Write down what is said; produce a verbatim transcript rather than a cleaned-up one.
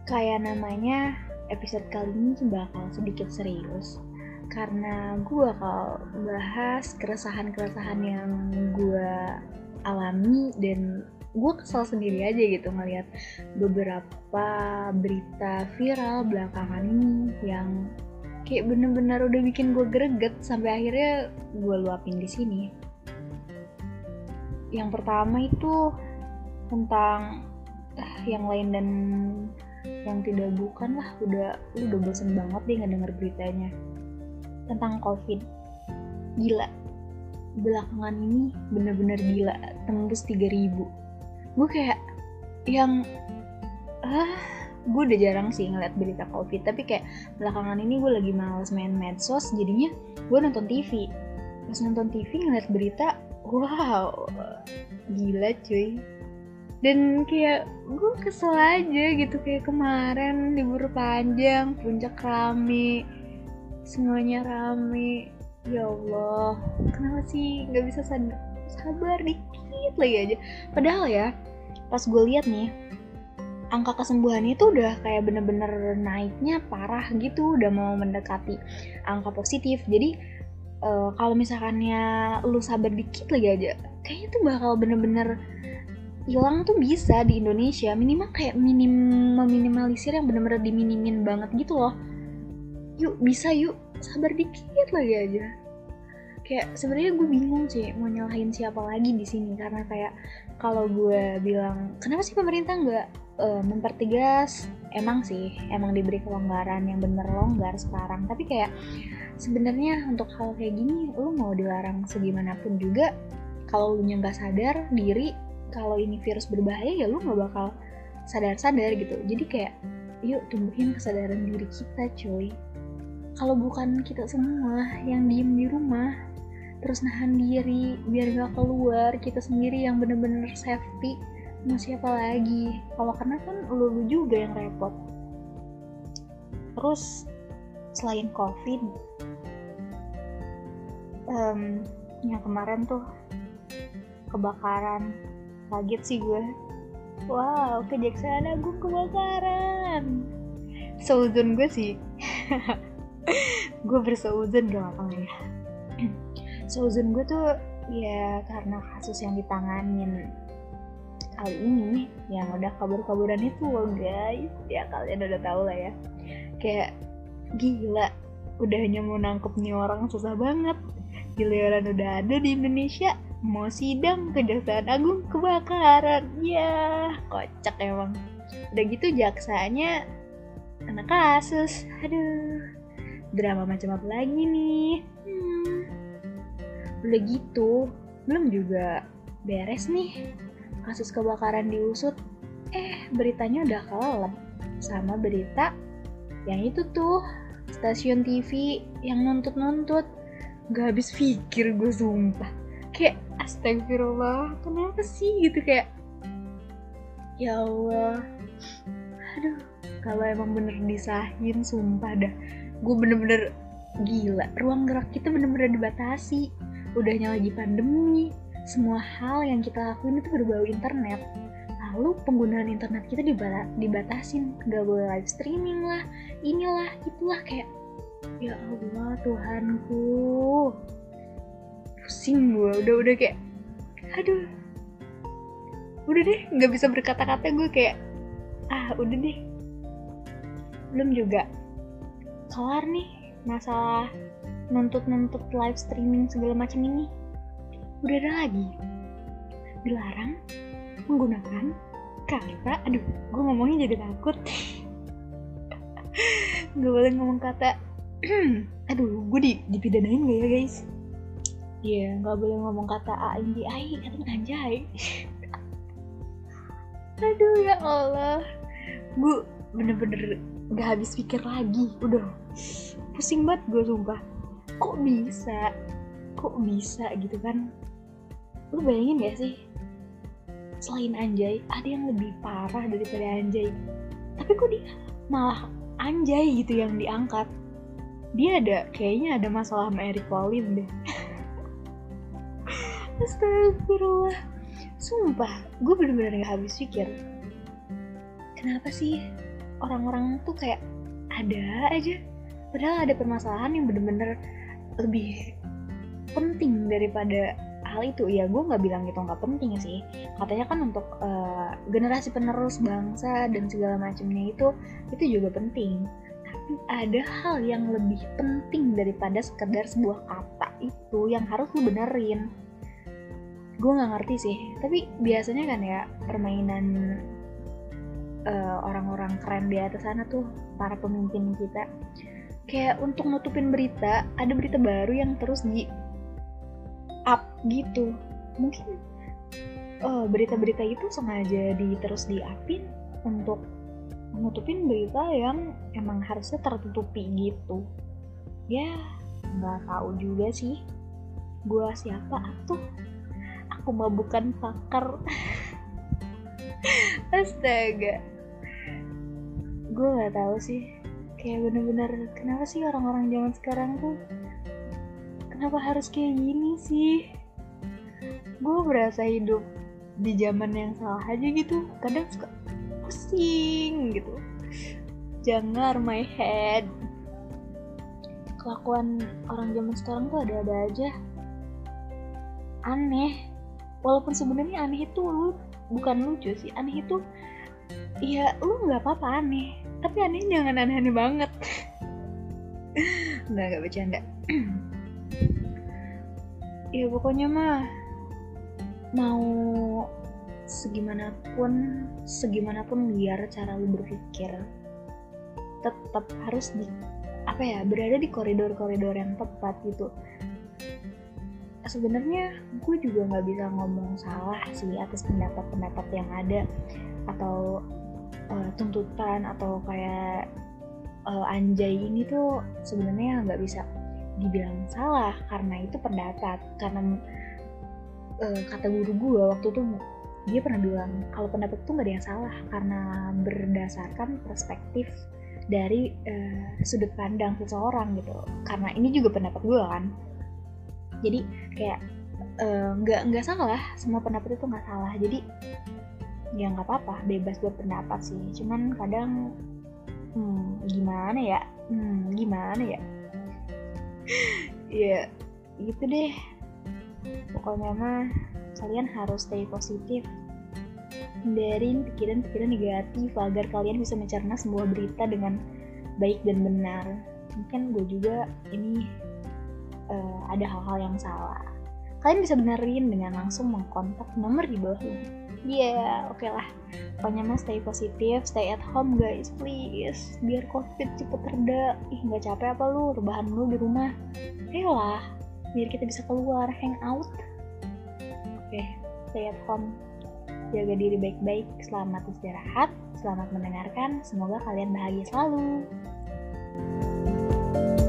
Kayak namanya episode kali ini bakal sedikit serius karena gue bakal bahas keresahan-keresahan yang gue alami dan gue kesal sendiri aja gitu ngeliat beberapa berita viral belakangan ini yang kayak bener-bener udah bikin gue greget sampai akhirnya gue luapin di sini. Yang pertama itu tentang uh, yang lain dan yang tidak bukan lah, udah lu udah bosen banget deh ngedenger beritanya tentang covid. Gila, belakangan ini bener-bener gila, tembus tiga ribu. Gue kayak yang ah gue udah jarang sih ngeliat berita covid, tapi kayak belakangan ini gue lagi males main medsos, jadinya gue nonton T V. Pas nonton T V ngeliat berita, wow, gila cuy. Dan kayak gue kesel aja gitu, kayak kemarin libur panjang, puncak rame, semuanya rame. Ya Allah, kenapa sih nggak bisa sad- sabar dikit lagi aja? Padahal ya, pas gue lihat nih, angka kesembuhannya tuh udah kayak bener-bener naiknya parah gitu, udah mau mendekati angka positif. Jadi uh, kalau misalkannya lu sabar dikit lagi aja, kayaknya tuh bakal bener-bener hilang tuh bisa di Indonesia, minimal kayak minim meminimalisir yang bener-bener diminimin banget gitu loh. Yuk bisa, yuk sabar dikit lagi aja. Kayak sebenarnya gue bingung sih mau nyalahin siapa lagi di sini, karena kayak kalau gue bilang kenapa sih pemerintah nggak uh, mempertegas, emang sih emang diberi kelonggaran yang bener longgar sekarang, tapi kayak sebenarnya untuk hal kayak gini lu mau dilarang segimanapun juga, kalau lu nya nggak sadar diri kalau ini virus berbahaya, ya lu gak bakal sadar-sadar gitu. Jadi kayak yuk tumbuhin kesadaran diri kita coy. Kalau bukan kita semua yang diem di rumah terus nahan diri biar gak keluar, kita sendiri yang bener-bener safety, mau siapa lagi? Kalau kena kan lu juga yang repot. Terus selain covid, um, yang kemarin tuh kebakaran, kaget sih gue. Wow, Kejaksaan Agung kebakaran. Seuzon gue sih. Gue berseuzon gak apa-apa ya. Seuzon gue tuh ya karena kasus yang ditanganin kali ini yang udah kabur-kaburan itu loh guys. Ya kalian udah tahu lah ya. Kayak gila, udah hanya mau nangkep nih orang susah banget. Giliran udah ada di Indonesia, mau sidang Kejaksaan Agung kebakaran. Ya kocak emang. Udah gitu jaksanya kena kasus. Aduh, drama macam apa lagi nih? hmm. Udah gitu belum juga beres nih kasus kebakaran diusut, eh beritanya udah kelelep sama berita yang itu tuh stasiun T V yang nuntut-nuntut. Gak habis pikir gue sumpah. Kayak astagfirullah, kenapa sih gitu, kayak ya Allah. Aduh, kalau emang bener disahin sumpah dah, gue bener-bener gila. Ruang gerak kita bener-bener dibatasi. Udahnya lagi pandemi, semua hal yang kita lakuin itu berbau internet. Lalu penggunaan internet kita dibatasin, gak boleh live streaming lah, inilah itulah. Kayak ya Allah Tuhanku, pusing gue, udah udah kayak aduh, udah deh nggak bisa berkata-kata gue, kayak ah udah deh. Belum juga kelar nih masalah nuntut-nuntut live streaming segala macam ini, udah ada lagi dilarang menggunakan kata, aduh gue ngomongnya jadi takut. Gak boleh ngomong kata aduh, gue di, dipidanain gak ya guys? Iya, yeah, gak boleh ngomong kata A, I, I, katanya anjay. Aduh ya Allah, gue bener-bener gak habis pikir lagi. Udah pusing banget gue sumpah. Kok bisa? Kok bisa gitu kan? Lu bayangin gak sih, selain anjay ada yang lebih parah daripada anjay, tapi kok dia malah anjay gitu yang diangkat. Dia ada, kayaknya ada masalah sama Eric Colin deh. Astagfirullah, sumpah gue bener-bener gak habis pikir. Kenapa sih orang-orang tuh kayak ada aja, padahal ada permasalahan yang bener-bener lebih penting daripada hal itu. Ya gue nggak bilang itu nggak penting sih, katanya kan untuk uh, generasi penerus bangsa dan segala macamnya itu itu juga penting. Tapi ada hal yang lebih penting daripada sekedar sebuah kata itu yang harus lu benerin. Gue nggak ngerti sih, tapi biasanya kan ya permainan uh, orang-orang keren di atas sana tuh, para pemimpin kita, kayak untuk nutupin berita, ada berita baru yang terus di up gitu. Mungkin uh, berita-berita itu sengaja di terus di upin untuk nutupin berita yang emang harusnya tertutupi gitu. Ya nggak tahu juga sih gue siapa tuh, aku mah bukan pakar. Astaga, gue nggak tahu sih, kayak bener-bener kenapa sih orang-orang zaman sekarang tuh, kenapa harus kayak gini sih? Gue berasa hidup di zaman yang salah aja gitu, kadang suka pusing gitu, jangar my head. Kelakuan orang zaman sekarang tuh ada-ada aja, aneh. Walaupun sebenarnya aneh itu lu bukan lucu sih, aneh itu ya lu nggak apa-apa aneh, tapi aneh jangan aneh-aneh banget. nggak nggak bercanda. Ya pokoknya mah mau segimanapun segimanapun biar cara lu berpikir, tetap harus di apa ya berada di koridor-koridor yang tepat gitu. Sebenarnya gue juga nggak bisa ngomong salah sih atas pendapat-pendapat yang ada, atau uh, tuntutan atau kayak uh, anjay ini tuh sebenarnya nggak bisa dibilang salah karena itu pendapat. Karena uh, kata guru gue waktu itu, dia pernah bilang kalau pendapat tuh nggak ada yang salah karena berdasarkan perspektif dari uh, sudut pandang seseorang gitu. Karena ini juga pendapat gue kan, jadi kayak nggak uh, nggak salah, semua pendapat itu nggak salah. Jadi ya nggak apa-apa, bebas berpendapat sih. Cuman kadang hmm, gimana ya, hmm, gimana ya, ya gitu deh. Pokoknya mah kalian harus stay positif, hindarin pikiran-pikiran negatif agar kalian bisa mencerna sebuah berita dengan baik dan benar. Mungkin gue juga ini uh, ada hal-hal yang salah, kalian bisa benerin dengan langsung mengkontak nomor di bawah ini. Iya, yeah, oke okay lah. Pokoknya mah stay positif, stay at home guys, please. Biar covid cepet reda. Ih, gak capek apa lu rebahan lu di rumah? Ayolah, biar kita bisa keluar, hang out. Oke, okay, stay at home. Jaga diri baik-baik, selamat istirahat, selamat mendengarkan. Semoga kalian bahagia selalu.